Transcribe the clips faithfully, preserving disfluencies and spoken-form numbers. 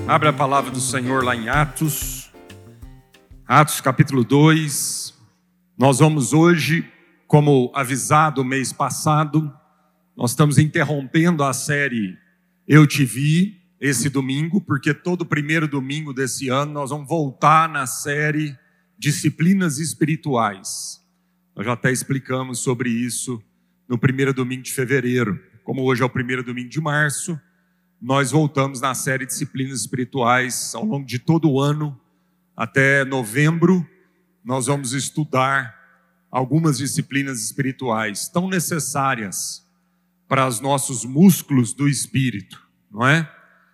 Abre a palavra do Senhor lá em Atos, Atos capítulo dois. Nós vamos hoje, como avisado mês passado, nós estamos interrompendo a série Eu Te Vi, esse domingo, porque todo primeiro domingo desse ano nós vamos voltar na série Disciplinas Espirituais. Nós já até explicamos sobre isso no primeiro domingo de fevereiro. Como hoje é o primeiro domingo de março, nós voltamos na série Disciplinas Espirituais ao longo de todo o ano, até novembro. Nós vamos estudar algumas disciplinas espirituais tão necessárias para os nossos músculos do espírito, não é?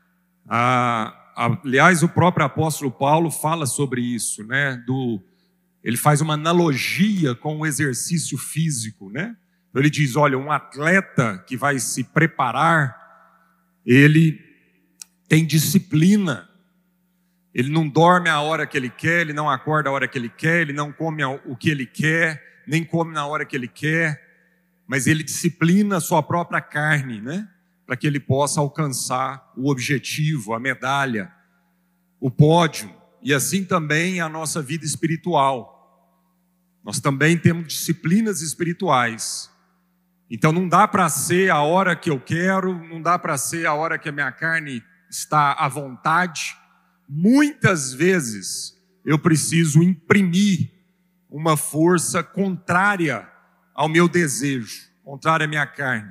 Ah, aliás, o próprio apóstolo Paulo fala sobre isso, né? Do, ele faz uma analogia com o exercício físico, né? Então ele diz, olha, um atleta que vai se preparar, ele tem disciplina. Ele não dorme a hora que ele quer, ele não acorda a hora que ele quer, ele não come o que ele quer, nem come na hora que ele quer, mas ele disciplina a sua própria carne, né? Para que ele possa alcançar o objetivo, a medalha, o pódio, e assim também a nossa vida espiritual. Nós também temos disciplinas espirituais. Então não dá para ser a hora que eu quero, não dá para ser a hora que a minha carne está à vontade. Muitas vezes eu preciso imprimir uma força contrária ao meu desejo, contrária à minha carne.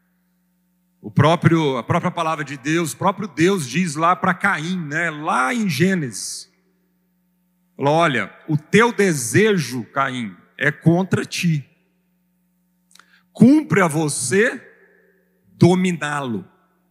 O próprio, a própria palavra de Deus, o próprio Deus diz lá para Caim, né, lá em Gênesis, falou, olha, o teu desejo, Caim, é contra ti. Cumpre a você dominá-lo.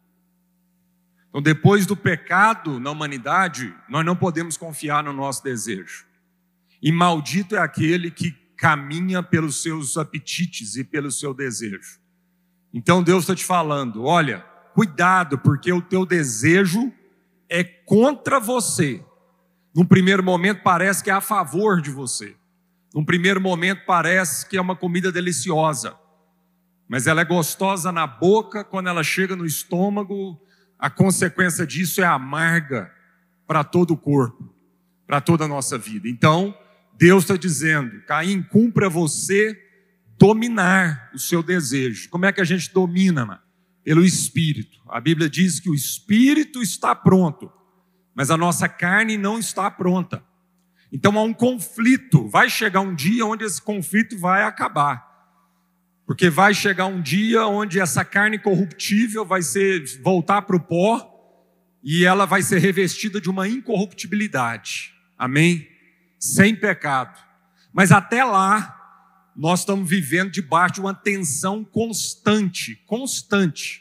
Então, depois do pecado na humanidade, nós não podemos confiar no nosso desejo. E maldito é aquele que caminha pelos seus apetites e pelo seu desejo. Então Deus está te falando, olha, cuidado, porque o teu desejo é contra você. Num primeiro momento parece que é a favor de você. Num primeiro momento parece que é uma comida deliciosa. Mas ela é gostosa na boca, quando ela chega no estômago, a consequência disso é amarga para todo o corpo, para toda a nossa vida. Então, Deus está dizendo, Caim, cumpra você dominar o seu desejo. Como é que a gente domina, mano? Pelo Espírito. A Bíblia diz que o Espírito está pronto, mas a nossa carne não está pronta. Então há um conflito, vai chegar um dia onde esse conflito vai acabar. Porque vai chegar um dia onde essa carne corruptível vai ser, voltar para o pó e ela vai ser revestida de uma incorruptibilidade. Amém? Sem pecado. Mas até lá, nós estamos vivendo debaixo de uma tensão constante, constante.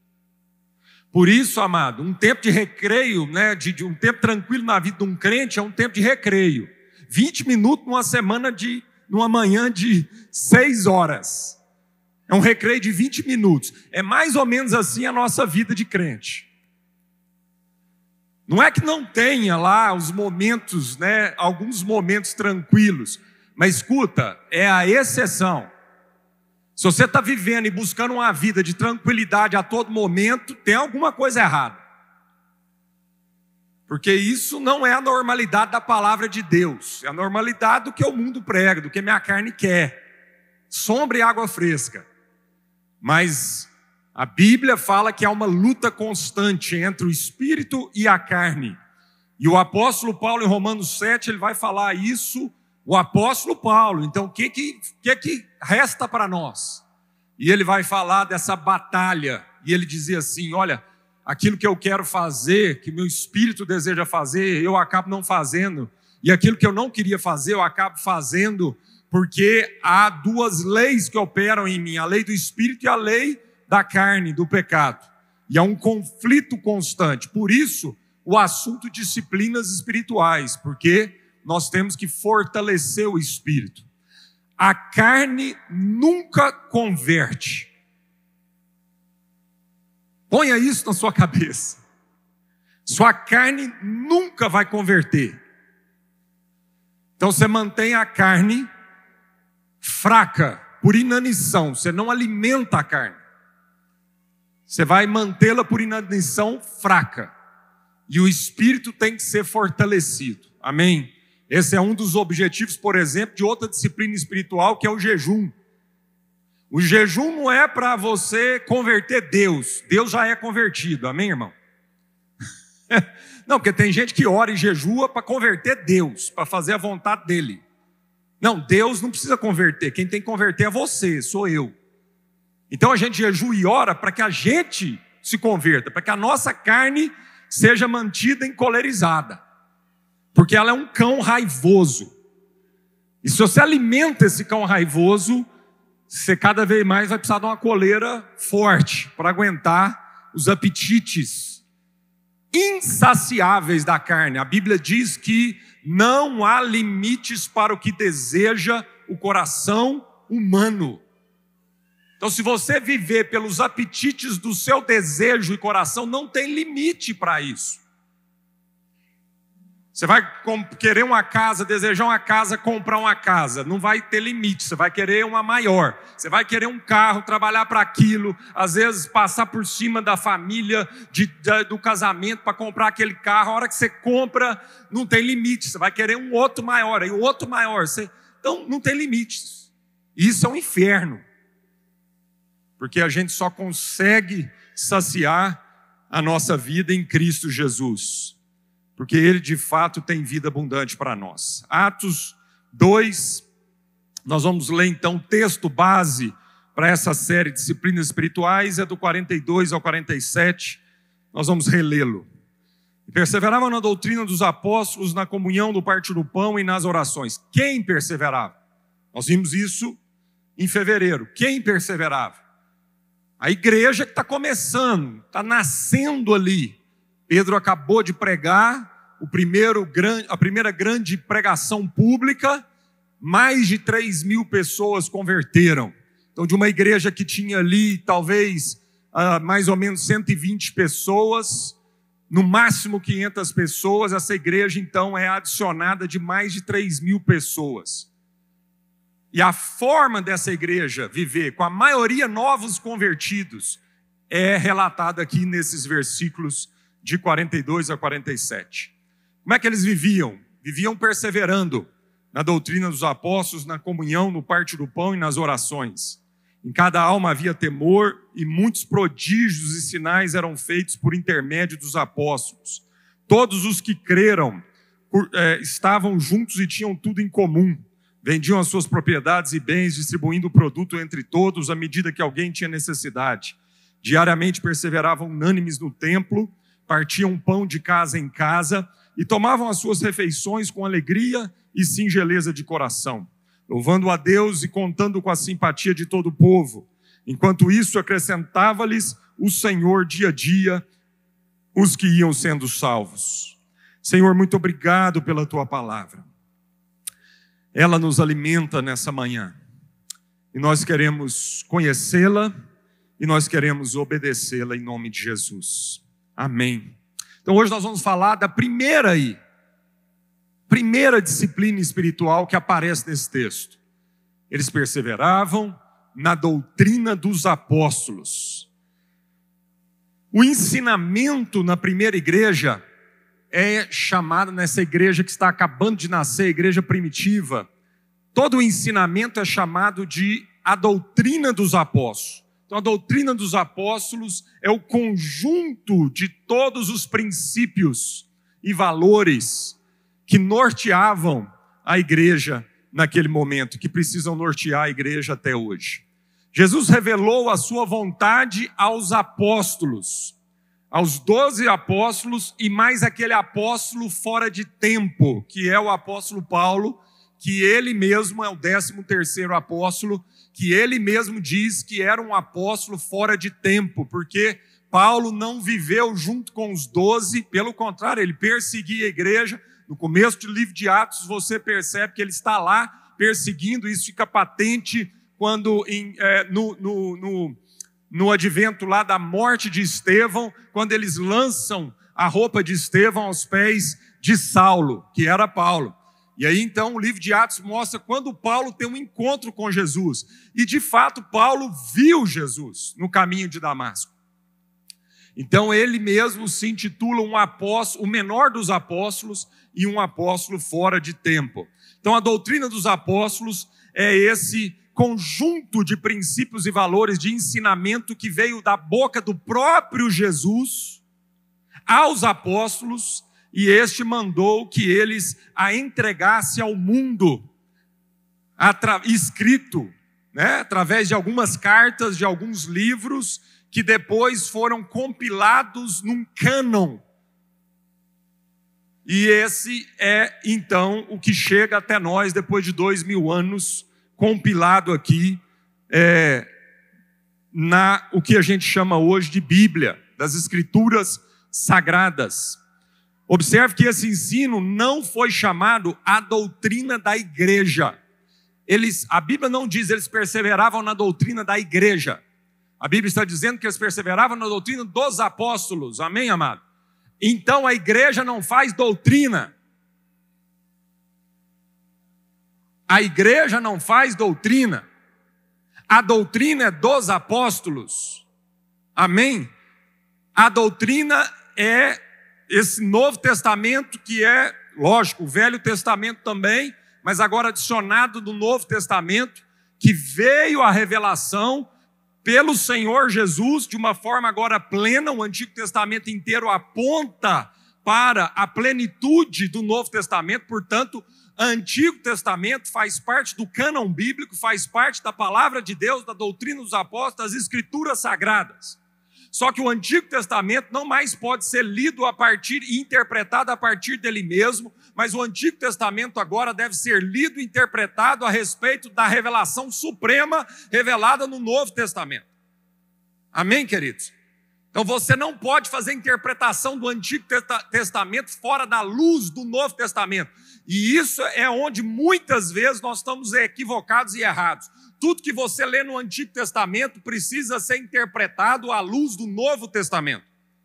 Por isso, amado, um tempo de recreio, né, de, de um tempo tranquilo na vida de um crente é um tempo de recreio. vinte minutos numa semana de, numa manhã de seis horas. É um recreio de vinte minutos. É mais ou menos assim a nossa vida de crente. Não é que não tenha lá os momentos, né, alguns momentos tranquilos, mas escuta, é a exceção. Se você está vivendo e buscando uma vida de tranquilidade a todo momento, tem alguma coisa errada. Porque isso não é a normalidade da palavra de Deus. É a normalidade do que o mundo prega, do que minha carne quer. Sombra e água fresca. Mas a Bíblia fala que há uma luta constante entre o espírito e a carne. E o apóstolo Paulo, em Romanos sete, ele vai falar isso, o apóstolo Paulo. Então, o que, que, que, que resta para nós? E ele vai falar dessa batalha. E ele dizia assim, olha, aquilo que eu quero fazer, que meu espírito deseja fazer, eu acabo não fazendo. E aquilo que eu não queria fazer, eu acabo fazendo, porque há duas leis que operam em mim, a lei do espírito e a lei da carne, do pecado. E há um conflito constante. Por isso, o assunto disciplinas espirituais, porque nós temos que fortalecer o espírito. A carne nunca converte. Ponha isso na sua cabeça. Sua carne nunca vai converter. Então você mantém a carne fraca, por inanição. Você não alimenta a carne. Você vai mantê-la por inanição fraca. e o espírito tem que ser fortalecido. Amém? Esse é um dos objetivos, por exemplo, de outra disciplina espiritual, que é o jejum. O jejum não é para você converter Deus. Deus já é convertido. Amém, irmão? Não, porque tem gente que ora e jejua para converter Deus, para fazer a vontade dele. Não, Deus não precisa converter. Quem tem que converter é você, sou eu. Então a gente jejua e ora para que a gente se converta, para que a nossa carne seja mantida encolerizada. Porque ela é um cão raivoso. E se você alimenta esse cão raivoso, você cada vez mais vai precisar de uma coleira forte para aguentar os apetites insaciáveis da carne. A Bíblia diz que não há limites para o que deseja o coração humano. Então, se você viver pelos apetites do seu desejo e coração, não tem limite para isso. Você vai querer uma casa, desejar uma casa, comprar uma casa, não vai ter limite, você vai querer uma maior. Você vai querer um carro, trabalhar para aquilo, às vezes passar por cima da família, de, de, do casamento para comprar aquele carro. A hora que você compra, não tem limite, você vai querer um outro maior, aí o outro maior. Você... Então, não tem limites. Isso é um inferno. Porque a gente só consegue saciar a nossa vida em Cristo Jesus. Porque Ele de fato tem vida abundante para nós. Atos dois, nós vamos ler então o texto base para essa série de disciplinas espirituais, é do quarenta e dois ao quarenta e sete, nós vamos relê-lo. E perseveravam na doutrina dos apóstolos, na comunhão do partir do pão e nas orações. Quem perseverava? Nós vimos isso em fevereiro. Quem perseverava? A igreja que está começando, está nascendo ali. Pedro acabou de pregar o primeiro, a primeira grande pregação pública, mais de três mil pessoas converteram. Então, de uma igreja que tinha ali, talvez, uh, mais ou menos cento e vinte pessoas, no máximo quinhentas pessoas, essa igreja, então, é adicionada de mais de três mil pessoas. E a forma dessa igreja viver, com a maioria novos convertidos, é relatada aqui nesses versículos de quarenta e dois a quarenta e sete. Como é que eles viviam? Viviam perseverando na doutrina dos apóstolos, na comunhão, no partir do pão e nas orações. Em cada alma havia temor e muitos prodígios e sinais eram feitos por intermédio dos apóstolos. Todos os que creram por, eh, estavam juntos e tinham tudo em comum. Vendiam as suas propriedades e bens, distribuindo o produto entre todos à medida que alguém tinha necessidade. Diariamente perseveravam unânimes no templo, partiam pão de casa em casa e tomavam as suas refeições com alegria e singeleza de coração, louvando a Deus e contando com a simpatia de todo o povo. Enquanto isso, acrescentava-lhes o Senhor dia a dia os que iam sendo salvos. Senhor, muito obrigado pela Tua palavra. Ela nos alimenta nessa manhã e nós queremos conhecê-la e nós queremos obedecê-la em nome de Jesus. Amém. Então hoje nós vamos falar da primeira aí, primeira disciplina espiritual que aparece nesse texto. Eles perseveravam na doutrina dos apóstolos. O ensinamento na primeira igreja é chamado, nessa igreja que está acabando de nascer, a igreja primitiva, todo o ensinamento é chamado de a doutrina dos apóstolos. Então, a doutrina dos apóstolos é o conjunto de todos os princípios e valores que norteavam a igreja naquele momento, que precisam nortear a igreja até hoje. Jesus revelou a sua vontade aos apóstolos, aos doze apóstolos e mais aquele apóstolo fora de tempo, que é o apóstolo Paulo, que ele mesmo é o décimo terceiro apóstolo, que ele mesmo diz que era um apóstolo fora de tempo, porque Paulo não viveu junto com os doze, pelo contrário, ele perseguia a igreja. No começo do livro de Atos, você percebe que ele está lá perseguindo, isso fica patente quando em, é, no, no, no, no advento lá da morte de Estevão, quando eles lançam a roupa de Estevão aos pés de Saulo, que era Paulo. E aí então o livro de Atos mostra quando Paulo tem um encontro com Jesus. E de fato Paulo viu Jesus no caminho de Damasco. Então ele mesmo se intitula um apóstolo, o menor dos apóstolos e um apóstolo fora de tempo. Então a doutrina dos apóstolos é esse conjunto de princípios e valores de ensinamento que veio da boca do próprio Jesus aos apóstolos, e este mandou que eles a entregassem ao mundo, atra- escrito, né, através de algumas cartas, de alguns livros, que depois foram compilados num cânon. E esse é, então, o que chega até nós depois de dois mil anos, compilado aqui, é, na o que a gente chama hoje de Bíblia, das Escrituras Sagradas. Observe que esse ensino não foi chamado a doutrina da igreja. Eles, a Bíblia não diz, eles perseveravam na doutrina da igreja. A Bíblia está dizendo que eles perseveravam na doutrina dos apóstolos. Amém, amado? Então a igreja não faz doutrina. A igreja não faz doutrina. A doutrina é dos apóstolos. Amém? A doutrina é esse Novo Testamento que é, lógico, o Velho Testamento também, mas agora adicionado do Novo Testamento, que veio a revelação pelo Senhor Jesus de uma forma agora plena. O Antigo Testamento inteiro aponta para a plenitude do Novo Testamento, portanto, o Antigo Testamento faz parte do cânon bíblico, faz parte da palavra de Deus, da doutrina dos apóstolos, das Escrituras Sagradas. Só que o Antigo Testamento não mais pode ser lido a partir e interpretado a partir dele mesmo, mas o Antigo Testamento agora deve ser lido e interpretado a respeito da revelação suprema revelada no Novo Testamento. Amém, queridos? Então você não pode fazer interpretação do Antigo Testamento fora da luz do Novo Testamento. E isso é onde muitas vezes nós estamos equivocados e errados. Tudo que você lê no Antigo Testamento precisa ser interpretado à luz do Novo Testamento.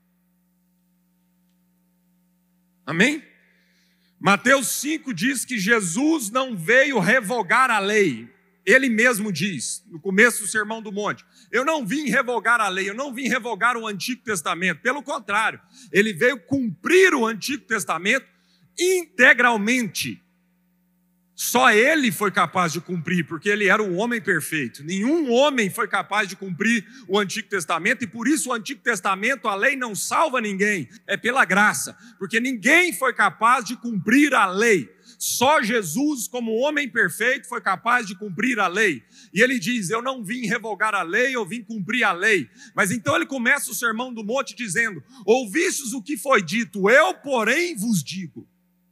Amém? Mateus cinco diz que Jesus não veio revogar a lei. Ele mesmo diz, no começo do Sermão do Monte, eu não vim revogar a lei, eu não vim revogar o Antigo Testamento. Pelo contrário, ele veio cumprir o Antigo Testamento integralmente. Só ele foi capaz de cumprir, porque ele era o homem perfeito. Nenhum homem foi capaz de cumprir o Antigo Testamento, e por isso o Antigo Testamento, a lei não salva ninguém, é pela graça, porque ninguém foi capaz de cumprir a lei. Só Jesus, como homem perfeito, foi capaz de cumprir a lei. E ele diz, eu não vim revogar a lei, eu vim cumprir a lei. Mas então ele começa o Sermão do Monte dizendo, ouvistes o que foi dito, eu porém vos digo.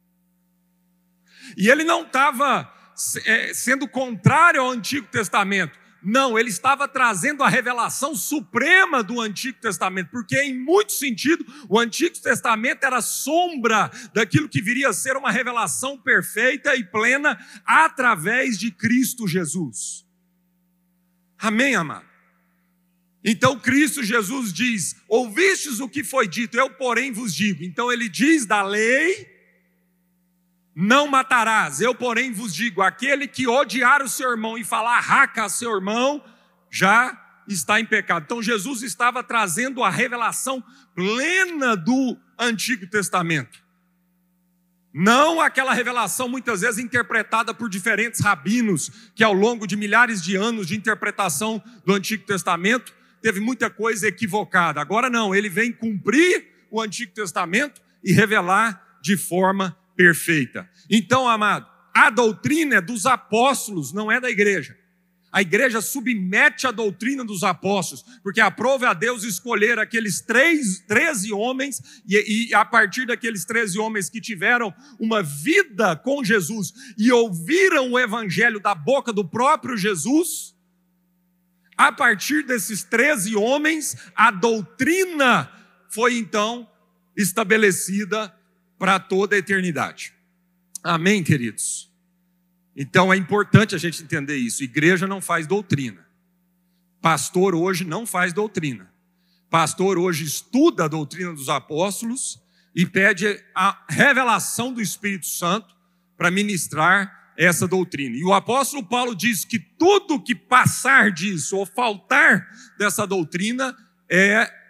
E ele não estava é, sendo contrário ao Antigo Testamento. Não, ele estava trazendo a revelação suprema do Antigo Testamento, porque em muito sentido o Antigo Testamento era sombra daquilo que viria a ser uma revelação perfeita e plena através de Cristo Jesus. Amém, amado? Então Cristo Jesus diz, ouvistes o que foi dito, eu porém vos digo. Então ele diz da lei, não matarás, eu porém vos digo, aquele que odiar o seu irmão e falar raca a seu irmão, já está em pecado. Então Jesus estava trazendo a revelação plena do Antigo Testamento. Não aquela revelação muitas vezes interpretada por diferentes rabinos, que ao longo de milhares de anos de interpretação do Antigo Testamento, teve muita coisa equivocada. Agora não, ele vem cumprir o Antigo Testamento e revelar de forma perfeita. Então, amado, a doutrina é dos apóstolos, não é da igreja. A igreja submete a doutrina dos apóstolos, porque aprove a Deus escolher aqueles três, treze homens, e, e a partir daqueles treze homens que tiveram uma vida com Jesus e ouviram o evangelho da boca do próprio Jesus, a partir desses treze homens, a doutrina foi então estabelecida para toda a eternidade. Amém, queridos? Então é importante a gente entender isso. Igreja não faz doutrina. Pastor hoje não faz doutrina. Pastor hoje estuda a doutrina dos apóstolos e pede a revelação do Espírito Santo para ministrar essa doutrina. E o apóstolo Paulo diz que tudo que passar disso ou faltar dessa doutrina é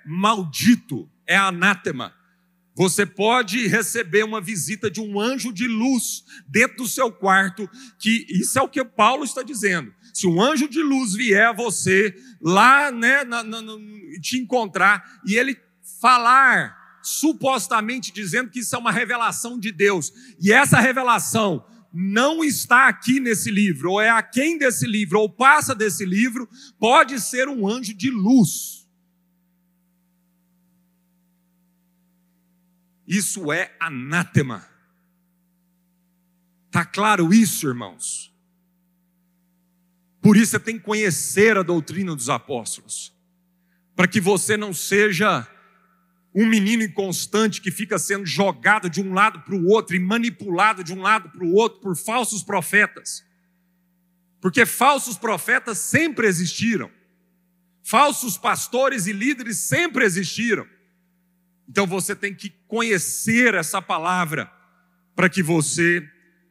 maldito, é anátema. Você pode receber uma visita de um anjo de luz dentro do seu quarto, que isso é o que Paulo está dizendo. Se um anjo de luz vier a você lá, né, na, na, na, te encontrar e ele falar, supostamente dizendo que isso é uma revelação de Deus, e essa revelação não está aqui nesse livro, ou é aquém desse livro, ou passa desse livro, pode ser um anjo de luz. Isso é anátema. Está claro isso, irmãos? Por isso você tem que conhecer a doutrina dos apóstolos, para que você não seja um menino inconstante que fica sendo jogado de um lado para o outro e manipulado de um lado para o outro por falsos profetas. Porque falsos profetas sempre existiram. Falsos pastores e líderes sempre existiram. Então você tem que conhecer essa palavra para que você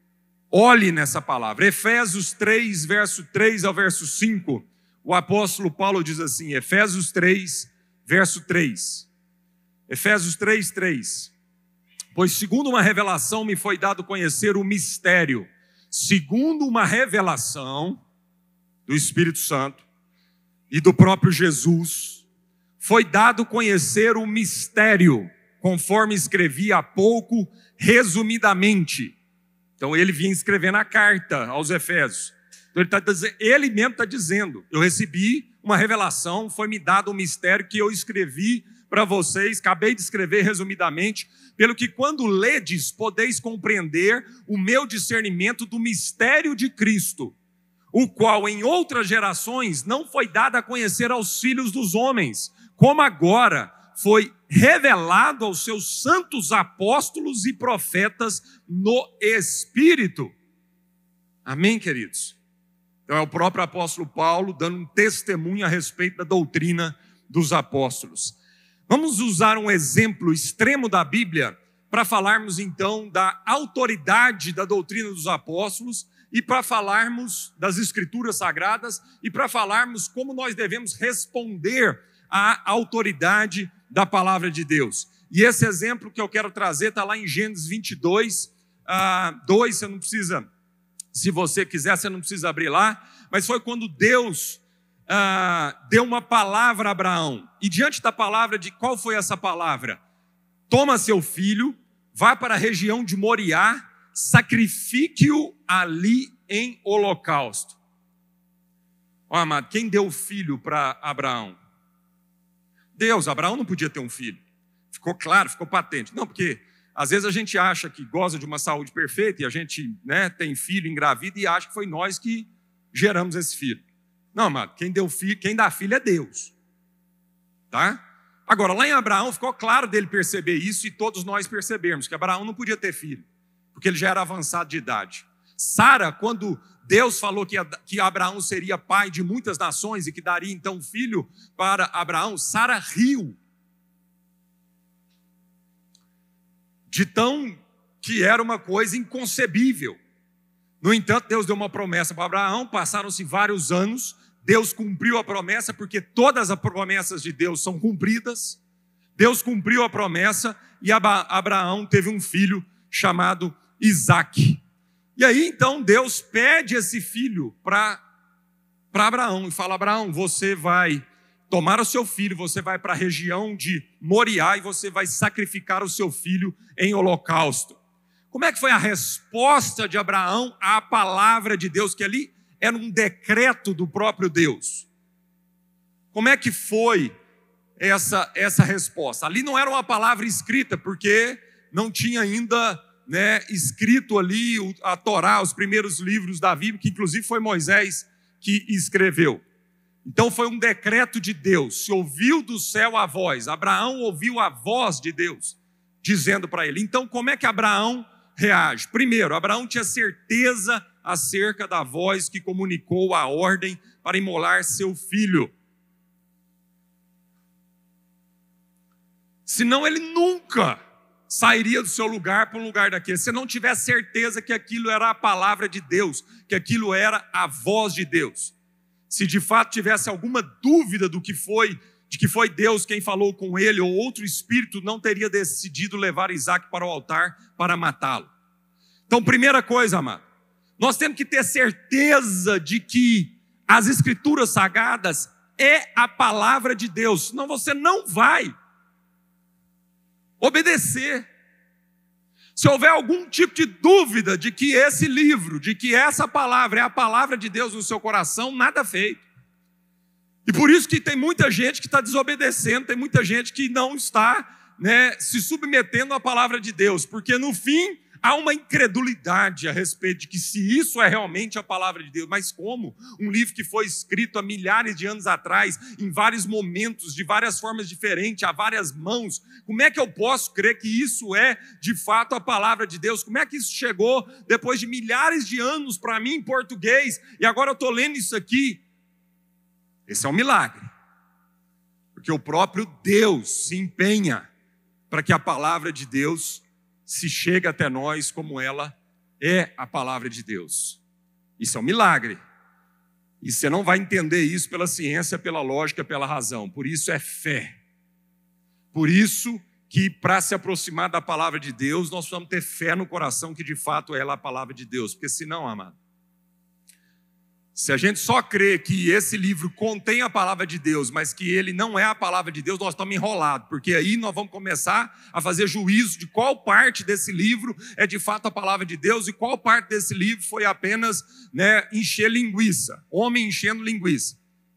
olhe nessa palavra. Efésios três, verso três ao verso cinco, o apóstolo Paulo diz assim, Efésios três, verso três. Efésios três, três. Pois segundo uma revelação me foi dado conhecer o mistério, segundo uma revelação do Espírito Santo e do próprio Jesus, foi dado conhecer o mistério, conforme escrevi há pouco, resumidamente. Então ele vinha escrevendo a carta aos Efésios. Então ele, tá dizendo, ele mesmo está dizendo, eu recebi uma revelação, foi me dado um mistério que eu escrevi para vocês, acabei de escrever resumidamente, pelo que quando ledes, podeis compreender o meu discernimento do mistério de Cristo, o qual em outras gerações não foi dado a conhecer aos filhos dos homens, como agora foi revelado aos seus santos apóstolos e profetas no Espírito. Amém, queridos? Então é o próprio apóstolo Paulo dando um testemunho a respeito da doutrina dos apóstolos. Vamos usar um exemplo extremo da Bíblia para falarmos então da autoridade da doutrina dos apóstolos e para falarmos das Escrituras Sagradas e para falarmos como nós devemos responder à autoridade da palavra de Deus. E esse exemplo que eu quero trazer está lá em Gênesis vinte e dois, dois, você não precisa, se você quiser, você não precisa abrir lá, mas foi quando Deus ah, deu uma palavra a Abraão, e diante da palavra, de qual foi essa palavra? Toma seu filho, vá para a região de Moriá, sacrifique-o ali em holocausto. Ó, amado, quem deu o filho para Abraão? Deus. Abraão não podia ter um filho. Ficou claro, ficou patente. Não, porque às vezes a gente acha que goza de uma saúde perfeita e a gente, né, tem filho, engravida e acha que foi nós que geramos esse filho. Não, amado, quem deu filho, quem dá filho é Deus. Tá? Agora, lá em Abraão ficou claro dele perceber isso e todos nós percebemos que Abraão não podia ter filho, porque ele já era avançado de idade. Sara, quando Deus falou que, que Abraão seria pai de muitas nações e que daria então filho para Abraão, Sara riu. De tão que era uma coisa inconcebível. No entanto, Deus deu uma promessa para Abraão, passaram-se vários anos, Deus cumpriu a promessa, porque todas as promessas de Deus são cumpridas. Deus cumpriu a promessa e Abraão teve um filho chamado Isaque. E aí então Deus pede esse filho para Abraão e fala: Abraão, você vai tomar o seu filho, você vai para a região de Moriá e você vai sacrificar o seu filho em holocausto. Como é que foi a resposta de Abraão à palavra de Deus, que ali era um decreto do próprio Deus? Como é que foi essa, essa resposta? Ali não era uma palavra escrita, porque não tinha ainda, né, escrito ali a Torá, os primeiros livros da Bíblia, que inclusive foi Moisés que escreveu. Então foi um decreto de Deus, se ouviu do céu a voz, Abraão ouviu a voz de Deus, dizendo para ele. Então como é que Abraão reage? Primeiro, Abraão tinha certeza acerca da voz que comunicou a ordem para imolar seu filho. Senão ele nunca sairia do seu lugar para um lugar daquele, se não tiver certeza que aquilo era a palavra de Deus, que aquilo era a voz de Deus. Se de fato tivesse alguma dúvida do que foi de que foi Deus quem falou com ele, ou outro espírito não teria decidido levar Isaac para o altar para matá-lo. Então, primeira coisa, amado, nós temos que ter certeza de que as Escrituras Sagradas é a palavra de Deus, senão você não vai obedecer. Se houver algum tipo de dúvida de que esse livro, de que essa palavra é a palavra de Deus no seu coração, nada feito. E por isso que tem muita gente que está desobedecendo, tem muita gente que não está, né, se submetendo à palavra de Deus, porque no fim há uma incredulidade a respeito de que se isso é realmente a palavra de Deus. Mas como? Um livro que foi escrito há milhares de anos atrás, em vários momentos, de várias formas diferentes, a várias mãos. Como é que eu posso crer que isso é de fato a palavra de Deus? Como é que isso chegou depois de milhares de anos para mim em português? E agora eu estou lendo isso aqui. Esse é um milagre. Porque o próprio Deus se empenha para que a palavra de Deus se chega até nós como ela é a palavra de Deus. Isso é um milagre. E você não vai entender isso pela ciência, pela lógica, pela razão. Por isso é fé. Por isso que para se aproximar da palavra de Deus, nós precisamos ter fé no coração que de fato ela é a palavra de Deus. Porque senão, amado, se a gente só crê que esse livro contém a palavra de Deus, mas que ele não é a palavra de Deus, nós estamos enrolados, porque aí nós vamos começar a fazer juízo de qual parte desse livro é de fato a palavra de Deus e qual parte desse livro foi apenas, né, encher linguiça, homem enchendo linguiça.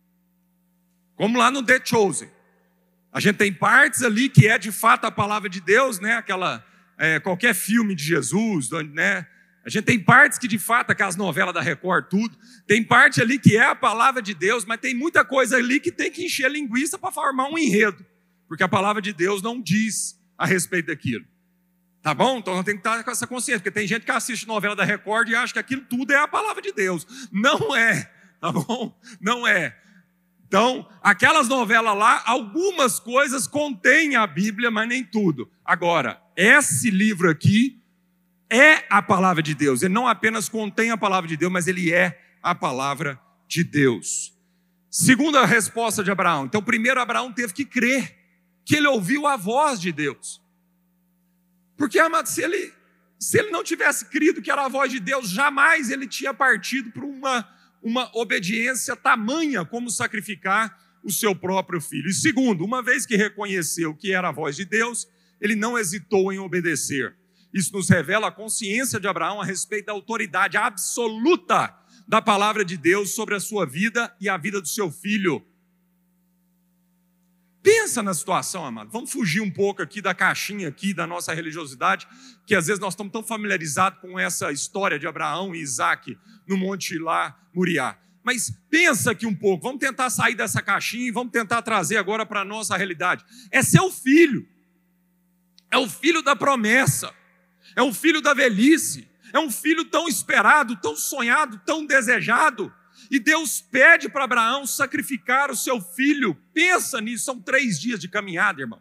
Como lá no The Chosen. A gente tem partes ali que é de fato a palavra de Deus, né, aquela, é, qualquer filme de Jesus, né? A gente tem partes que de fato, aquelas novelas da Record, tudo, tem parte ali que é a palavra de Deus, mas tem muita coisa ali que tem que encher linguiça para formar um enredo, porque a palavra de Deus não diz a respeito daquilo. Tá bom? Então nós temos que estar com essa consciência, porque tem gente que assiste novela da Record e acha que aquilo tudo é a palavra de Deus. Não é, tá bom? Não é. Então, aquelas novelas lá, algumas coisas contêm a Bíblia, mas nem tudo. Agora, esse livro aqui é a palavra de Deus. Ele não apenas contém a palavra de Deus, mas ele é a palavra de Deus. Segunda resposta de Abraão. Então, primeiro Abraão teve que crer que ele ouviu a voz de Deus. Porque, amado, se ele, se ele não tivesse crido que era a voz de Deus, jamais ele tinha partido para uma, uma obediência tamanha como sacrificar o seu próprio filho. E segundo, uma vez que reconheceu que era a voz de Deus, ele não hesitou em obedecer. Isso nos revela a consciência de Abraão a respeito da autoridade absoluta da palavra de Deus sobre a sua vida e a vida do seu filho. Pensa na situação, amado. Vamos fugir um pouco aqui da caixinha aqui da nossa religiosidade, que às vezes nós estamos tão familiarizados com essa história de Abraão e Isaac no monte lá, Moriá. Mas pensa aqui um pouco, vamos tentar sair dessa caixinha e vamos tentar trazer agora para a nossa realidade. É seu filho. É o filho da promessa. É um filho da velhice, é um filho tão esperado, tão sonhado, tão desejado. E Deus pede para Abraão sacrificar o seu filho. Pensa nisso, são três dias de caminhada, irmão.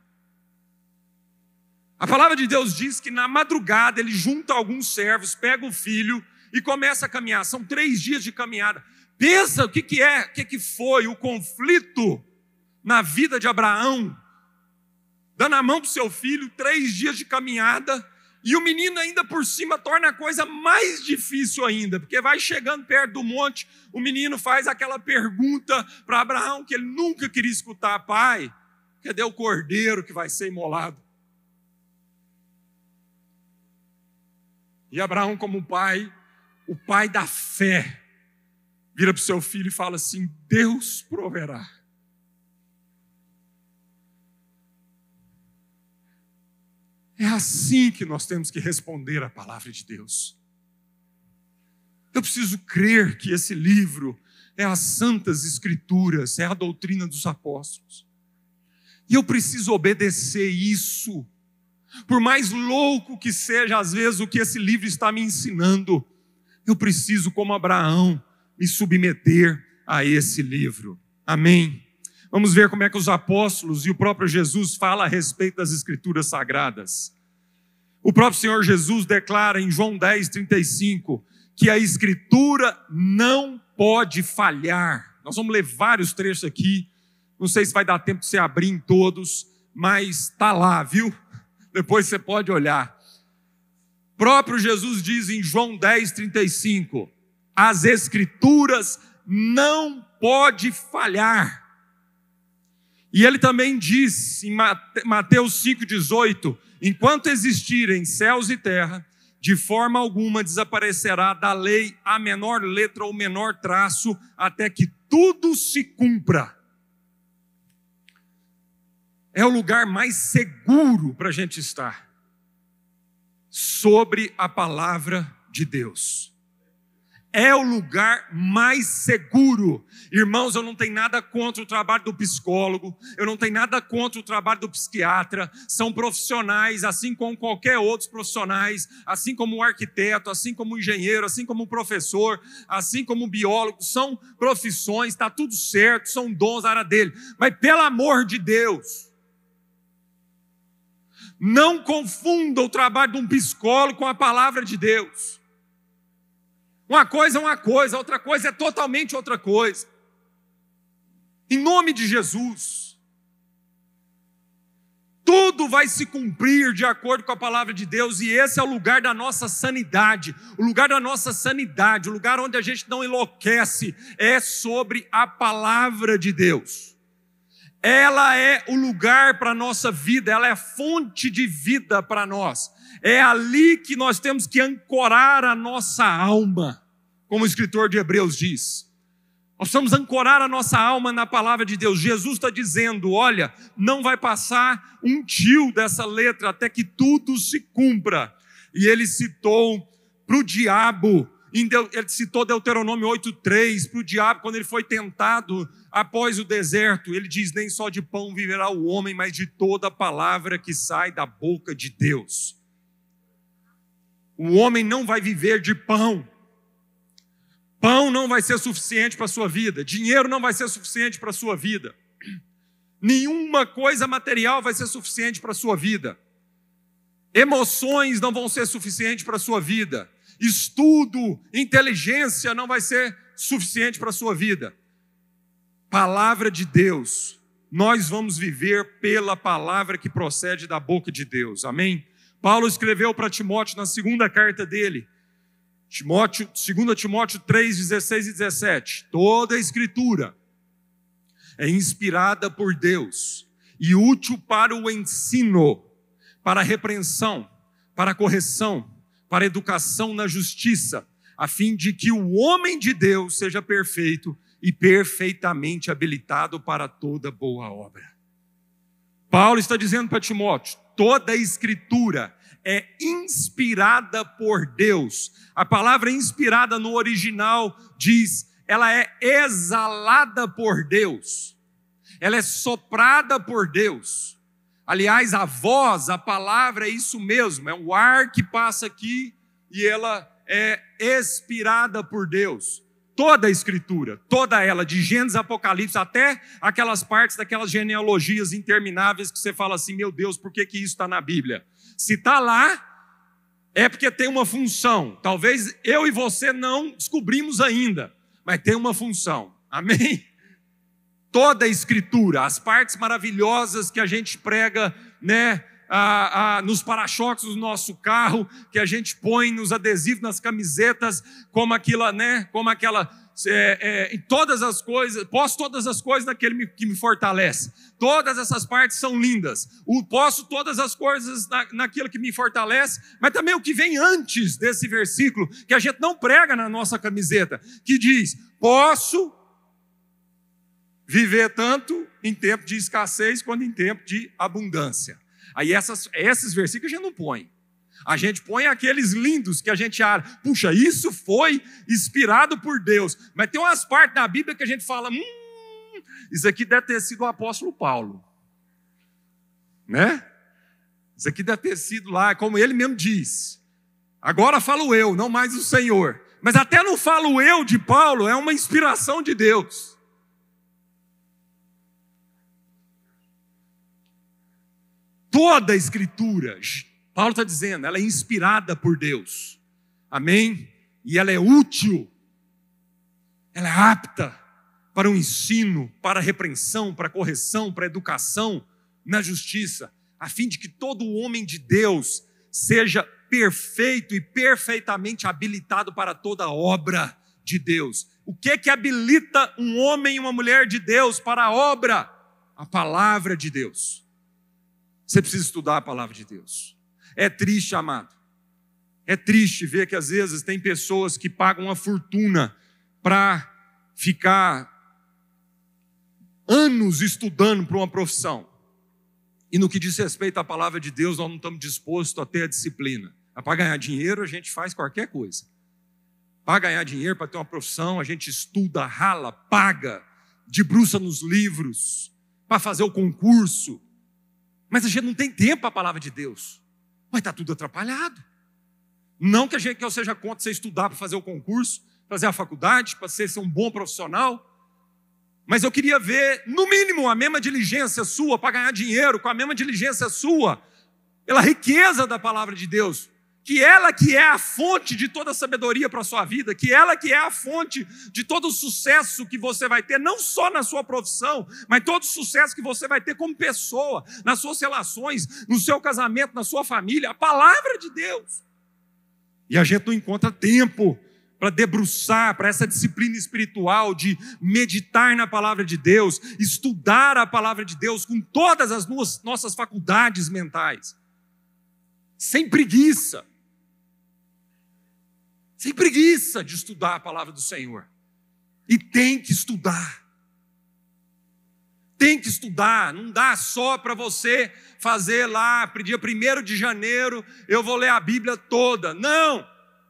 A palavra de Deus diz que na madrugada ele junta alguns servos, pega o filho e começa a caminhar. São três dias de caminhada. Pensa o que, que é, o que, que foi o conflito na vida de Abraão. Dando a mão para o seu filho, três dias de caminhada. E o menino ainda por cima torna a coisa mais difícil ainda, porque vai chegando perto do monte, o menino faz aquela pergunta para Abraão que ele nunca queria escutar: pai, cadê o cordeiro que vai ser imolado? E Abraão, como pai, o pai da fé, vira para o seu filho e fala assim: Deus proverá. É assim que nós temos que responder à palavra de Deus. Eu preciso crer que esse livro é as santas escrituras, é a doutrina dos apóstolos. E eu preciso obedecer isso. Por mais louco que seja, às vezes, o que esse livro está me ensinando, eu preciso, como Abraão, me submeter a esse livro. Amém? Vamos ver como é que os apóstolos e o próprio Jesus falam a respeito das escrituras sagradas. O próprio Senhor Jesus declara em João dez, trinta e cinco, que a escritura não pode falhar. Nós vamos ler vários trechos aqui, Não sei se vai dar tempo de você abrir em todos, mas está lá, viu? Depois você pode olhar. O próprio Jesus diz em João dez, trinta e cinco, as Escrituras não podem falhar. E ele também diz em Mateus cinco, dezoito, enquanto existirem céus e terra, de forma alguma desaparecerá da lei a menor letra ou menor traço, até que tudo se cumpra. É o lugar mais seguro para a gente estar, sobre a palavra de Deus. É o lugar mais seguro. Irmãos, eu não tenho nada contra o trabalho do psicólogo, eu não tenho nada contra o trabalho do psiquiatra, são profissionais, assim como qualquer outros profissionais, assim como o arquiteto, assim como o engenheiro, assim como o professor, assim como o biólogo, são profissões, está tudo certo, são dons da área dele, mas pelo amor de Deus, não confunda o trabalho de um psicólogo com a palavra de Deus. Uma coisa é uma coisa, outra coisa é totalmente outra coisa. Em nome de Jesus, tudo vai se cumprir de acordo com a palavra de Deus, e esse é o lugar da nossa sanidade. O lugar da nossa sanidade, o lugar onde a gente não enlouquece, é sobre a palavra de Deus. Ela é o lugar para a nossa vida, ela é a fonte de vida para nós. É ali que nós temos que ancorar a nossa alma, como o escritor de Hebreus diz. Nós precisamos ancorar a nossa alma na palavra de Deus. Jesus está dizendo, olha, não vai passar um tio dessa letra até que tudo se cumpra. E ele citou para o diabo, ele citou Deuteronômio oito, três, para o diabo, quando ele foi tentado após o deserto, ele diz, nem só de pão viverá o homem, mas de toda a palavra que sai da boca de Deus. O homem não vai viver de pão. Pão não vai ser suficiente para a sua vida. Dinheiro não vai ser suficiente para a sua vida. Nenhuma coisa material vai ser suficiente para a sua vida. Emoções não vão ser suficientes para a sua vida. Estudo, inteligência não vai ser suficiente para a sua vida. Palavra de Deus. Nós vamos viver pela palavra que procede da boca de Deus. Amém? Paulo escreveu para Timóteo na segunda carta dele, Timóteo, dois Timóteo três, dezesseis e dezessete. Toda a escritura é inspirada por Deus e útil para o ensino, para a repreensão, para a correção, para a educação na justiça, a fim de que o homem de Deus seja perfeito e perfeitamente habilitado para toda boa obra. Paulo está dizendo para Timóteo, toda a escritura é inspirada por Deus. A palavra inspirada no original diz, ela é exalada por Deus. Ela é soprada por Deus. Aliás, a voz, a palavra é isso mesmo, é o ar que passa aqui e ela é expirada por Deus. Toda a escritura, toda ela, de Gênesis a Apocalipse, até aquelas partes daquelas genealogias intermináveis que você fala assim, meu Deus, por que que isso está na Bíblia? Se está lá, é porque tem uma função. Talvez eu e você não descobrimos ainda, mas tem uma função. Amém? Toda a escritura, as partes maravilhosas que a gente prega, né, a, a, nos para-choques do nosso carro, que a gente põe nos adesivos, nas camisetas, como aquilo, né, como aquela, é, é, em todas as coisas, posso todas as coisas naquele que me fortalece. Todas essas partes são lindas. O, posso todas as coisas na, naquilo que me fortalece, mas também o que vem antes desse versículo, que a gente não prega na nossa camiseta, que diz, posso viver tanto em tempo de escassez quanto em tempo de abundância. Aí essas, esses versículos a gente não põe. A gente põe aqueles lindos que a gente acha, puxa, isso foi inspirado por Deus. Mas tem umas partes da Bíblia que a gente fala, hum, isso aqui deve ter sido o apóstolo Paulo. Né? Isso aqui deve ter sido lá, como ele mesmo diz. Agora falo eu, não mais o Senhor. Mas até no falo eu de Paulo, é uma inspiração de Deus. Toda a escritura, Paulo está dizendo, ela é inspirada por Deus. Amém? E ela é útil. Ela é apta para o ensino, para a repreensão, para a correção, para a educação na justiça, a fim de que todo homem de Deus seja perfeito e perfeitamente habilitado para toda obra de Deus. O que é que habilita um homem e uma mulher de Deus para a obra? A palavra de Deus. Você precisa estudar a palavra de Deus. É triste, amado. É triste ver que às vezes tem pessoas que pagam uma fortuna para ficar anos estudando para uma profissão. E no que diz respeito à palavra de Deus, nós não estamos dispostos a ter a disciplina. Para ganhar dinheiro, a gente faz qualquer coisa. Para ganhar dinheiro, para ter uma profissão, a gente estuda, rala, paga, debruça nos livros, para fazer o concurso. Mas a gente não tem tempo para a palavra de Deus. Mas está tudo atrapalhado. Não que a gente que eu seja contra você estudar para fazer o concurso, fazer a faculdade, para ser, ser um bom profissional. Mas eu queria ver, no mínimo, a mesma diligência sua para ganhar dinheiro, com a mesma diligência sua, pela riqueza da palavra de Deus. Que ela que é a fonte de toda a sabedoria para a sua vida, que ela que é a fonte de todo o sucesso que você vai ter, não só na sua profissão, mas todo o sucesso que você vai ter como pessoa, nas suas relações, no seu casamento, na sua família, a palavra de Deus. E a gente não encontra tempo para debruçar, para essa disciplina espiritual de meditar na palavra de Deus, estudar a palavra de Deus com todas as nossas faculdades mentais. Sem preguiça. Sem preguiça de estudar a palavra do Senhor. E tem que estudar. Tem que estudar. Não dá só para você fazer lá, dia primeiro de janeiro, eu vou ler a Bíblia toda. Não!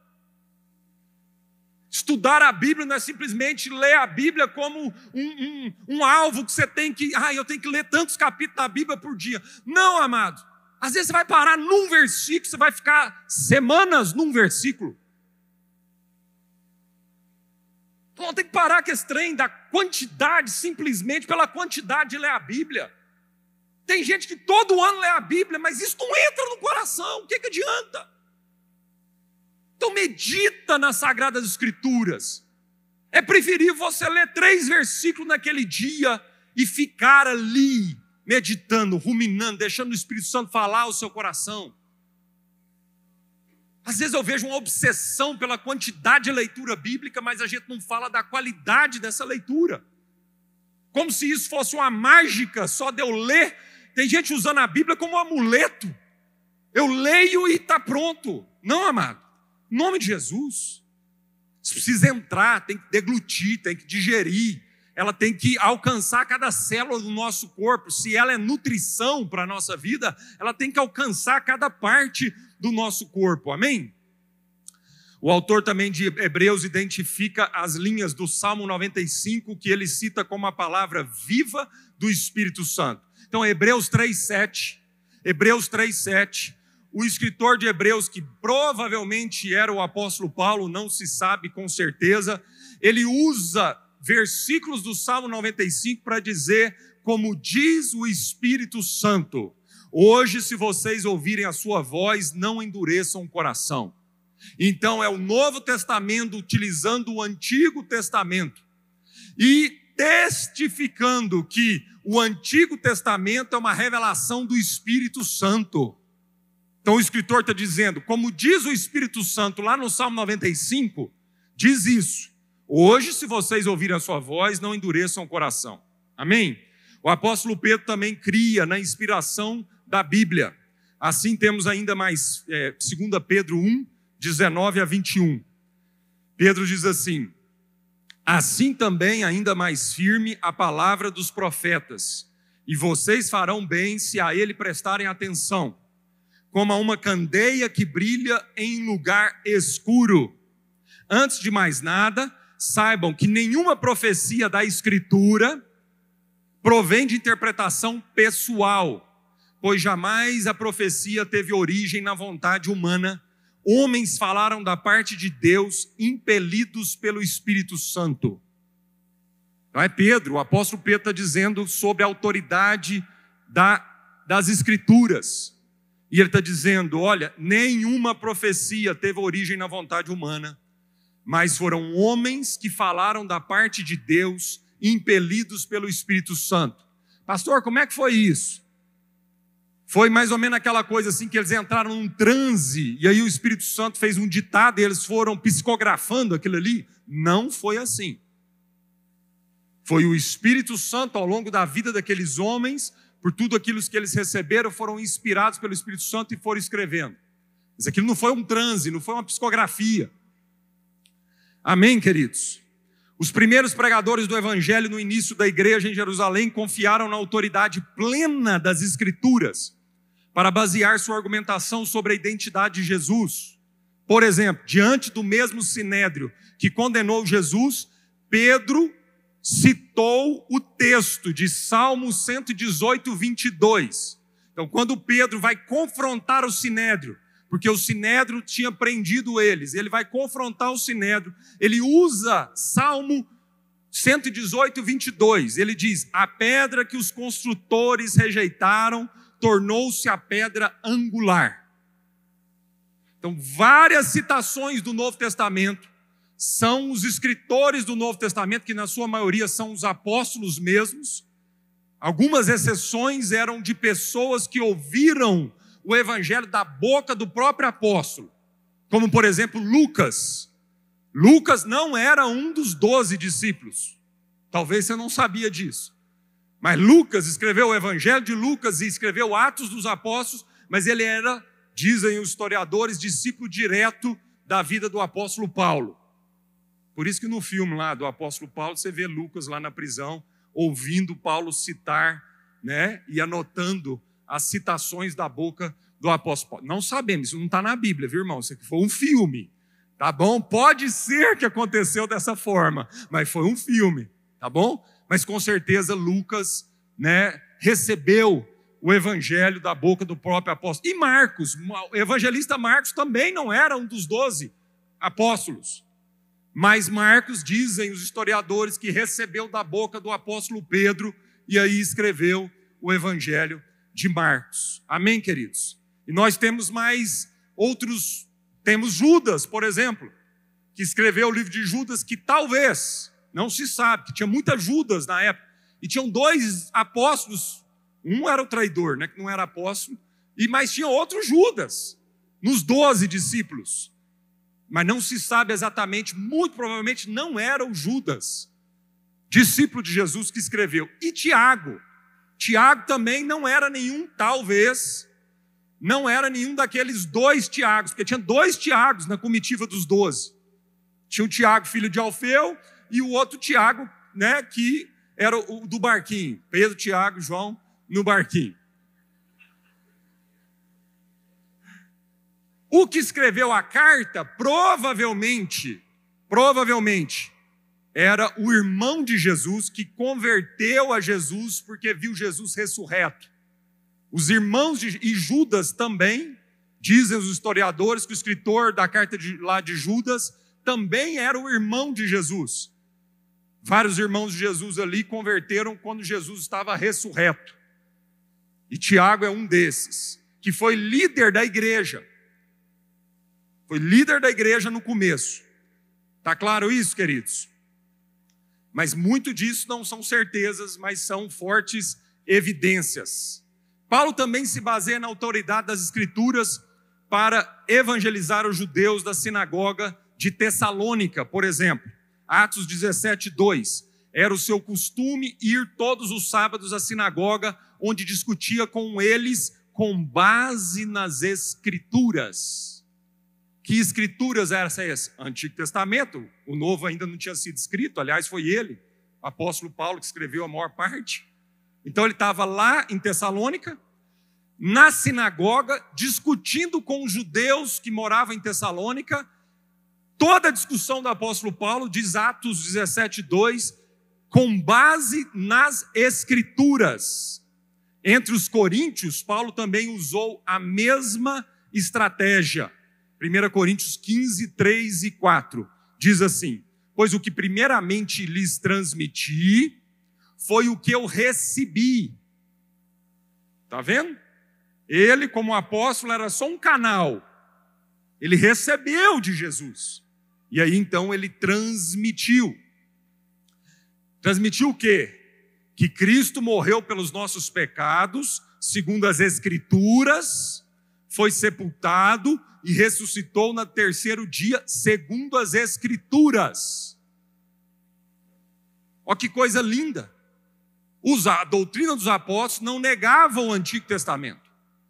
Estudar a Bíblia não é simplesmente ler a Bíblia como um, um, um alvo que você tem que... Ah, eu tenho que ler tantos capítulos da Bíblia por dia. Não, amado. Às vezes você vai parar num versículo, você vai ficar semanas num versículo. Então tem que parar com esse trem da quantidade, simplesmente pela quantidade de ler a Bíblia. Tem gente que todo ano lê a Bíblia, mas isso não entra no coração. O que, que adianta? Então medita nas Sagradas Escrituras. É preferível você ler três versículos naquele dia e ficar ali, meditando, ruminando, deixando o Espírito Santo falar ao seu coração. Às vezes eu vejo uma obsessão pela quantidade de leitura bíblica, mas a gente não fala da qualidade dessa leitura. Como se isso fosse uma mágica, só de eu ler. Tem gente usando a Bíblia como um amuleto. Eu leio e está pronto. Não, amado. Em nome de Jesus. Você precisa entrar, tem que deglutir, tem que digerir. Ela tem que alcançar cada célula do nosso corpo. Se ela é nutrição para a nossa vida, ela tem que alcançar cada parte do nosso corpo. Amém? O autor também de Hebreus identifica as linhas do Salmo noventa e cinco, que ele cita como a palavra viva do Espírito Santo. Então, Hebreus três, sete. Hebreus três, sete. O escritor de Hebreus, que provavelmente era o apóstolo Paulo, não se sabe com certeza, ele usa versículos do Salmo noventa e cinco para dizer, como diz o Espírito Santo: hoje, se vocês ouvirem a sua voz, não endureçam o coração. Então é o Novo Testamento utilizando o Antigo Testamento e testificando que o Antigo Testamento é uma revelação do Espírito Santo. Então o escritor está dizendo, como diz o Espírito Santo lá no Salmo noventa e cinco, diz isso: hoje, se vocês ouvirem a sua voz, não endureçam o coração. Amém? O apóstolo Pedro também cria na inspiração da Bíblia. Assim temos ainda mais, é, dois Pedro um, dezenove a vinte e um. Pedro diz assim: assim também ainda mais firme a palavra dos profetas, e vocês farão bem se a ele prestarem atenção, como a uma candeia que brilha em lugar escuro. Antes de mais nada, saibam que nenhuma profecia da Escritura provém de interpretação pessoal, pois jamais a profecia teve origem na vontade humana. Homens falaram da parte de Deus, impelidos pelo Espírito Santo. Não é Pedro, o apóstolo Pedro está dizendo sobre a autoridade da, das Escrituras. E ele está dizendo, olha, nenhuma profecia teve origem na vontade humana, mas foram homens que falaram da parte de Deus, impelidos pelo Espírito Santo. Pastor, como é que foi isso? Foi mais ou menos aquela coisa assim que eles entraram num transe e aí o Espírito Santo fez um ditado e eles foram psicografando aquilo ali? Não foi assim. Foi o Espírito Santo ao longo da vida daqueles homens, por tudo aquilo que eles receberam, foram inspirados pelo Espírito Santo e foram escrevendo. Mas aquilo não foi um transe, não foi uma psicografia. Amém, queridos? Os primeiros pregadores do Evangelho no início da igreja em Jerusalém confiaram na autoridade plena das Escrituras para basear sua argumentação sobre a identidade de Jesus. Por exemplo, diante do mesmo sinédrio que condenou Jesus, Pedro citou o texto de Salmo cento e dezoito, vinte e dois. Então, quando Pedro vai confrontar o sinédrio, porque o sinédrio tinha prendido eles, ele vai confrontar o sinédrio, ele usa Salmo cento e dezoito, vinte e dois, ele diz: a pedra que os construtores rejeitaram tornou-se a pedra angular. Então, várias citações do Novo Testamento são os escritores do Novo Testamento, que na sua maioria são os apóstolos mesmos. Algumas exceções eram de pessoas que ouviram o evangelho da boca do próprio apóstolo, como por exemplo Lucas. Lucas não era um dos doze discípulos, talvez você não sabia disso, mas Lucas escreveu o evangelho de Lucas e escreveu Atos dos Apóstolos, mas ele era, dizem os historiadores, discípulo direto da vida do apóstolo Paulo. Por isso que no filme lá do apóstolo Paulo, você vê Lucas lá na prisão, ouvindo Paulo citar, né, e anotando as citações da boca do apóstolo Paulo. Não sabemos, isso não está na Bíblia, viu, irmão? Isso aqui foi um filme, tá bom? Pode ser que aconteceu dessa forma, mas foi um filme, tá bom? Mas com certeza Lucas, né, recebeu o evangelho da boca do próprio apóstolo. E Marcos, o evangelista Marcos também não era um dos doze apóstolos. Mas Marcos, dizem os historiadores, que recebeu da boca do apóstolo Pedro e aí escreveu o evangelho de Marcos. Amém, queridos? E nós temos mais outros, temos Judas, por exemplo, que escreveu o livro de Judas, que talvez, não se sabe, que tinha muitas Judas na época, e tinham dois apóstolos, um era o traidor, né, que não era apóstolo, e mais tinha outro Judas, nos doze discípulos. Mas não se sabe exatamente, muito provavelmente não era o Judas, discípulo de Jesus, que escreveu. E Tiago, Tiago também não era nenhum, talvez, não era nenhum daqueles dois Tiagos, porque tinha dois Tiagos na comitiva dos doze. Tinha o Tiago, filho de Alfeu, e o outro Tiago, né, que era o do barquinho. Pedro, Tiago, João, no barquinho. O que escreveu a carta, provavelmente, provavelmente, era o irmão de Jesus que converteu a Jesus porque viu Jesus ressurreto. Os irmãos de, e Judas também, dizem os historiadores, que o escritor da carta de, lá de Judas também era o irmão de Jesus. Vários irmãos de Jesus ali converteram quando Jesus estava ressurreto. E Tiago é um desses, que foi líder da igreja. Foi líder da igreja no começo. Está claro isso, queridos? Mas muito disso não são certezas, mas são fortes evidências. Paulo também se baseia na autoridade das Escrituras para evangelizar os judeus da sinagoga de Tessalônica, por exemplo. Atos dezessete, dois. Era o seu costume ir todos os sábados à sinagoga, onde discutia com eles com base nas Escrituras. Que escrituras eram essas? Antigo Testamento, o Novo ainda não tinha sido escrito, aliás, foi ele, o apóstolo Paulo, que escreveu a maior parte. Então ele estava lá em Tessalônica, na sinagoga, discutindo com os judeus que moravam em Tessalônica. Toda a discussão do apóstolo Paulo, diz Atos dezessete, dois, com base nas Escrituras. Entre os coríntios, Paulo também usou a mesma estratégia. primeira Coríntios quinze, três e quatro, diz assim: pois o que primeiramente lhes transmiti foi o que eu recebi. Está vendo? Ele, como apóstolo, era só um canal. Ele recebeu de Jesus. E aí, então, ele transmitiu. Transmitiu o quê? Que Cristo morreu pelos nossos pecados, segundo as Escrituras, foi sepultado e ressuscitou no terceiro dia, segundo as Escrituras. Olha que coisa linda. A doutrina dos apóstolos não negava o Antigo Testamento.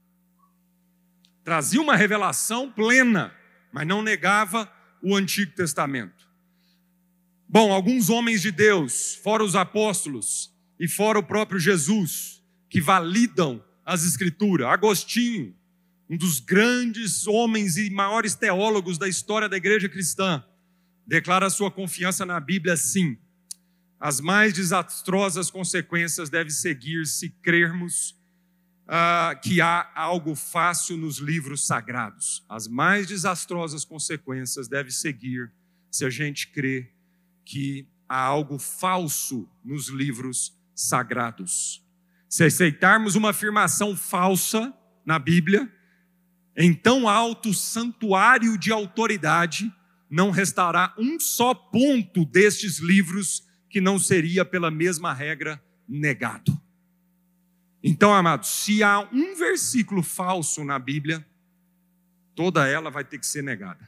Trazia uma revelação plena, mas não negava o Antigo Testamento. Bom, alguns homens de Deus, fora os apóstolos e fora o próprio Jesus, que validam as Escrituras. Agostinho, um dos grandes homens e maiores teólogos da história da igreja cristã, declara sua confiança na Bíblia assim: as mais desastrosas consequências devem seguir se crermos ah, que há algo fácil nos livros sagrados. As mais desastrosas consequências devem seguir se a gente crê que há algo falso nos livros sagrados. Se aceitarmos uma afirmação falsa na Bíblia, em tão alto santuário de autoridade, não restará um só ponto destes livros que não seria pela mesma regra negado. Então, amados, se há um versículo falso na Bíblia, toda ela vai ter que ser negada.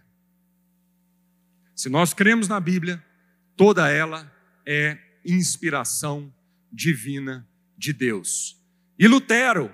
Se nós cremos na Bíblia, toda ela é inspiração divina de Deus. E Lutero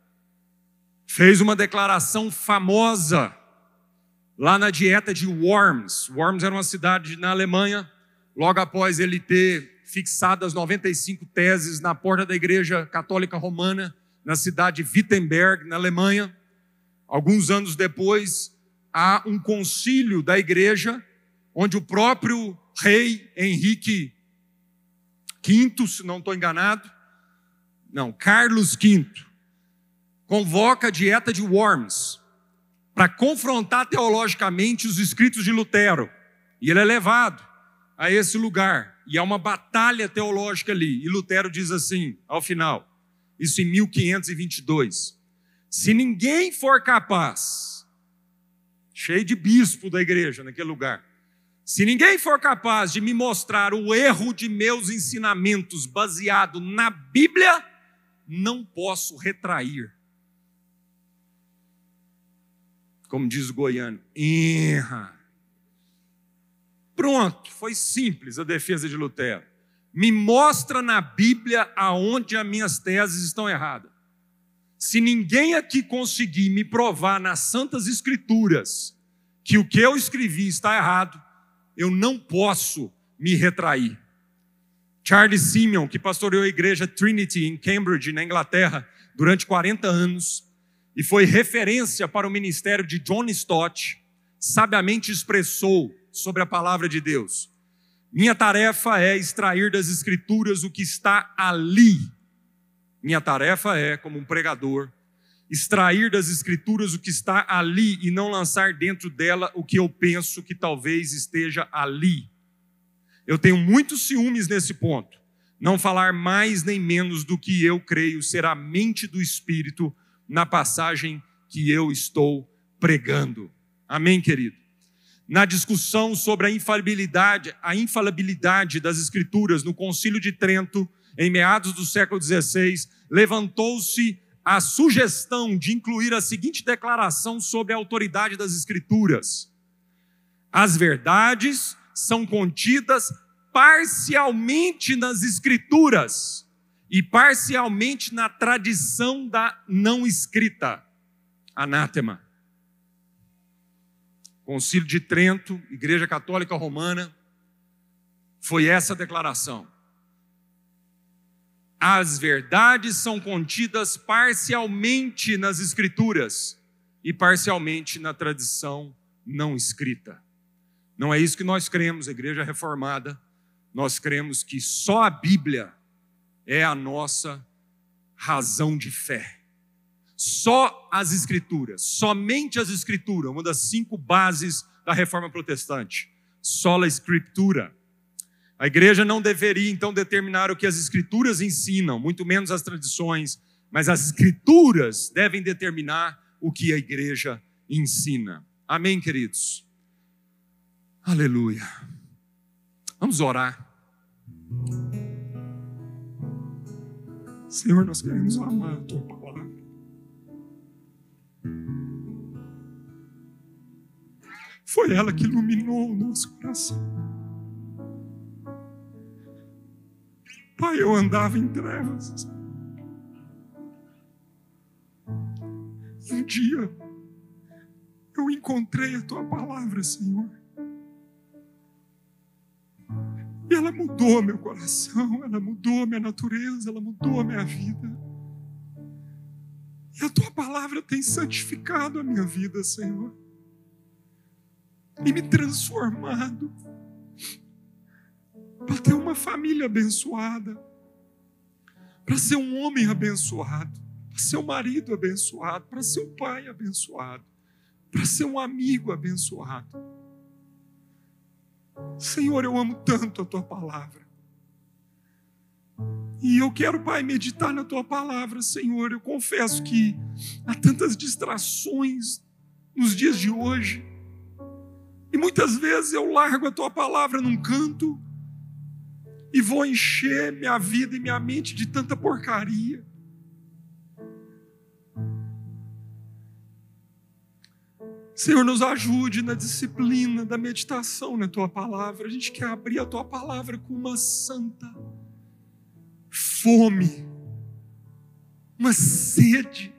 fez uma declaração famosa lá na dieta de Worms. Worms era uma cidade na Alemanha, logo após ele ter fixado as noventa e cinco teses na porta da Igreja Católica Romana, na cidade de Wittenberg, na Alemanha. Alguns anos depois, há um concílio da igreja, onde o próprio rei Henrique quinto, se não estou enganado, não, Carlos quinto, convoca a dieta de Worms para confrontar teologicamente os escritos de Lutero. E ele é levado a esse lugar. E há uma batalha teológica ali. E Lutero diz assim, ao final, isso em mil quinhentos e vinte e dois, se ninguém for capaz, cheio de bispo da igreja naquele lugar, se ninguém for capaz de me mostrar o erro de meus ensinamentos baseado na Bíblia, não posso retrair. Como diz o goiano, erra. Pronto, foi simples a defesa de Lutero. Me mostra na Bíblia aonde as minhas teses estão erradas. Se ninguém aqui conseguir me provar nas Santas Escrituras que o que eu escrevi está errado, eu não posso me retrair. Charles Simeon, que pastoreou a igreja Trinity em Cambridge, na Inglaterra, durante quarenta anos, e foi referência para o ministério de John Stott, sabiamente expressou sobre a palavra de Deus: minha tarefa é extrair das Escrituras o que está ali. Minha tarefa é, como um pregador, extrair das Escrituras o que está ali e não lançar dentro dela o que eu penso que talvez esteja ali. Eu tenho muitos ciúmes nesse ponto. Não falar mais nem menos do que eu creio ser a mente do Espírito na passagem que eu estou pregando. Amém, querido? Na discussão sobre a infalibilidade, a infalibilidade das Escrituras no Concílio de Trento, em meados do século dezesseis, levantou-se a sugestão de incluir a seguinte declaração sobre a autoridade das Escrituras: as verdades são contidas parcialmente nas Escrituras e parcialmente na tradição da não escrita. Anátema. Concílio de Trento, Igreja Católica Romana, foi essa declaração. As verdades são contidas parcialmente nas Escrituras e parcialmente na tradição não escrita. Não é isso que nós cremos, a Igreja Reformada. Nós cremos que só a Bíblia é a nossa razão de fé. Só as Escrituras, somente as Escrituras, uma das cinco bases da Reforma Protestante. Sola Scriptura. A igreja não deveria, então, determinar o que as Escrituras ensinam, muito menos as tradições, mas as Escrituras devem determinar o que a igreja ensina. Amém, queridos? Aleluia. Vamos orar. Senhor, nós queremos amar a Tua palavra. Foi ela que iluminou o nosso coração. Pai, eu andava em trevas. E um dia eu encontrei a Tua palavra, Senhor. E ela mudou meu coração, ela mudou minha natureza, ela mudou a minha vida. E a Tua palavra tem santificado a minha vida, Senhor. E me transformado para ter uma família abençoada, para ser um homem abençoado, para ser um marido abençoado, para ser um pai abençoado, para ser um amigo abençoado. Senhor, eu amo tanto a Tua palavra. E eu quero, Pai, meditar na Tua palavra, Senhor. Eu confesso que há tantas distrações nos dias de hoje. E muitas vezes eu largo a Tua palavra num canto e vou encher minha vida e minha mente de tanta porcaria. Senhor, nos ajude na disciplina da meditação na Tua palavra. A gente quer abrir a Tua palavra com uma santa fome, uma sede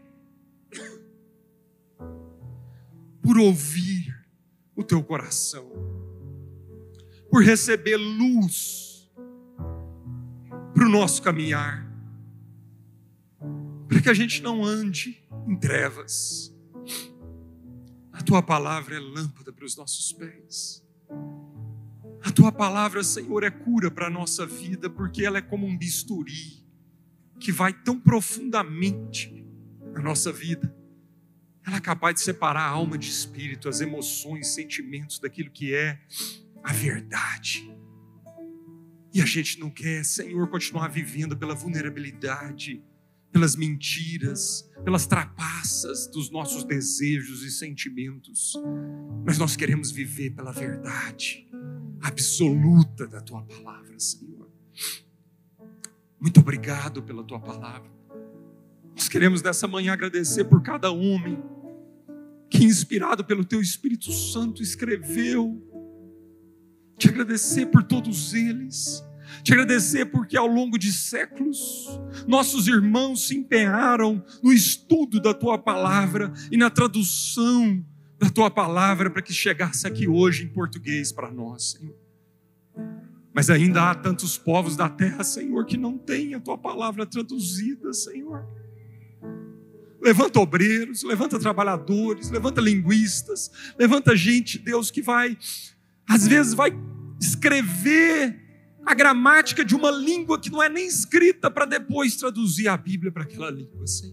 por ouvir o Teu coração, por receber luz para o nosso caminhar, para que a gente não ande em trevas. A Tua palavra é lâmpada para os nossos pés. A Tua palavra, Senhor, é cura para a nossa vida, porque ela é como um bisturi que vai tão profundamente na nossa vida. Ela é capaz de separar a alma de espírito, as emoções, sentimentos daquilo que é a verdade. E a gente não quer, Senhor, continuar vivendo pela vulnerabilidade, pelas mentiras, pelas trapaças dos nossos desejos e sentimentos. Mas nós queremos viver pela verdade absoluta da Tua palavra, Senhor. Muito obrigado pela Tua palavra. Nós queremos nessa manhã agradecer por cada homem que, inspirado pelo Teu Espírito Santo, escreveu. Te agradecer por todos eles. Te agradecer porque ao longo de séculos nossos irmãos se empenharam no estudo da Tua palavra e na tradução da Tua palavra para que chegasse aqui hoje em português para nós, Senhor. Mas ainda há tantos povos da terra, Senhor, que não têm a Tua palavra traduzida, Senhor. Levanta obreiros, levanta trabalhadores, levanta linguistas, levanta gente, Deus, que vai, às vezes vai escrever a gramática de uma língua que não é nem escrita para depois traduzir a Bíblia para aquela língua, Senhor.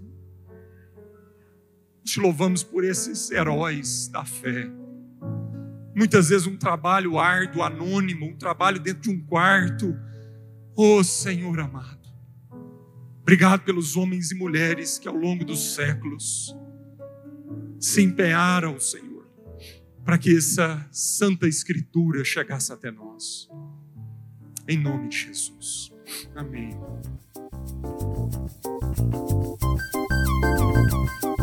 Te louvamos por esses heróis da fé. Muitas vezes um trabalho árduo, anônimo, um trabalho dentro de um quarto. Oh, Senhor amado. Obrigado pelos homens e mulheres que ao longo dos séculos se empenharam, Senhor, para que essa Santa Escritura chegasse até nós. Em nome de Jesus. Amém.